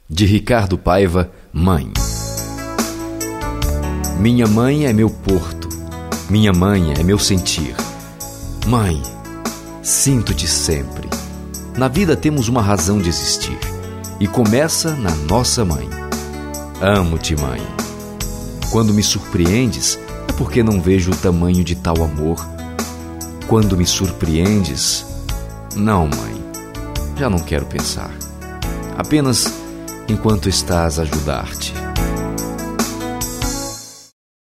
de Ricardo Paiva, Mãe. Minha mãe é meu porto, minha mãe é meu sentir. Mãe, sinto-te sempre. Na vida temos uma razão de existir, e começa na nossa mãe. Amo-te, mãe. Quando me surpreendes, é porque não vejo o tamanho de tal amor. Quando me surpreendes, não, mãe, já não quero pensar. Apenas enquanto estás a ajudar-te.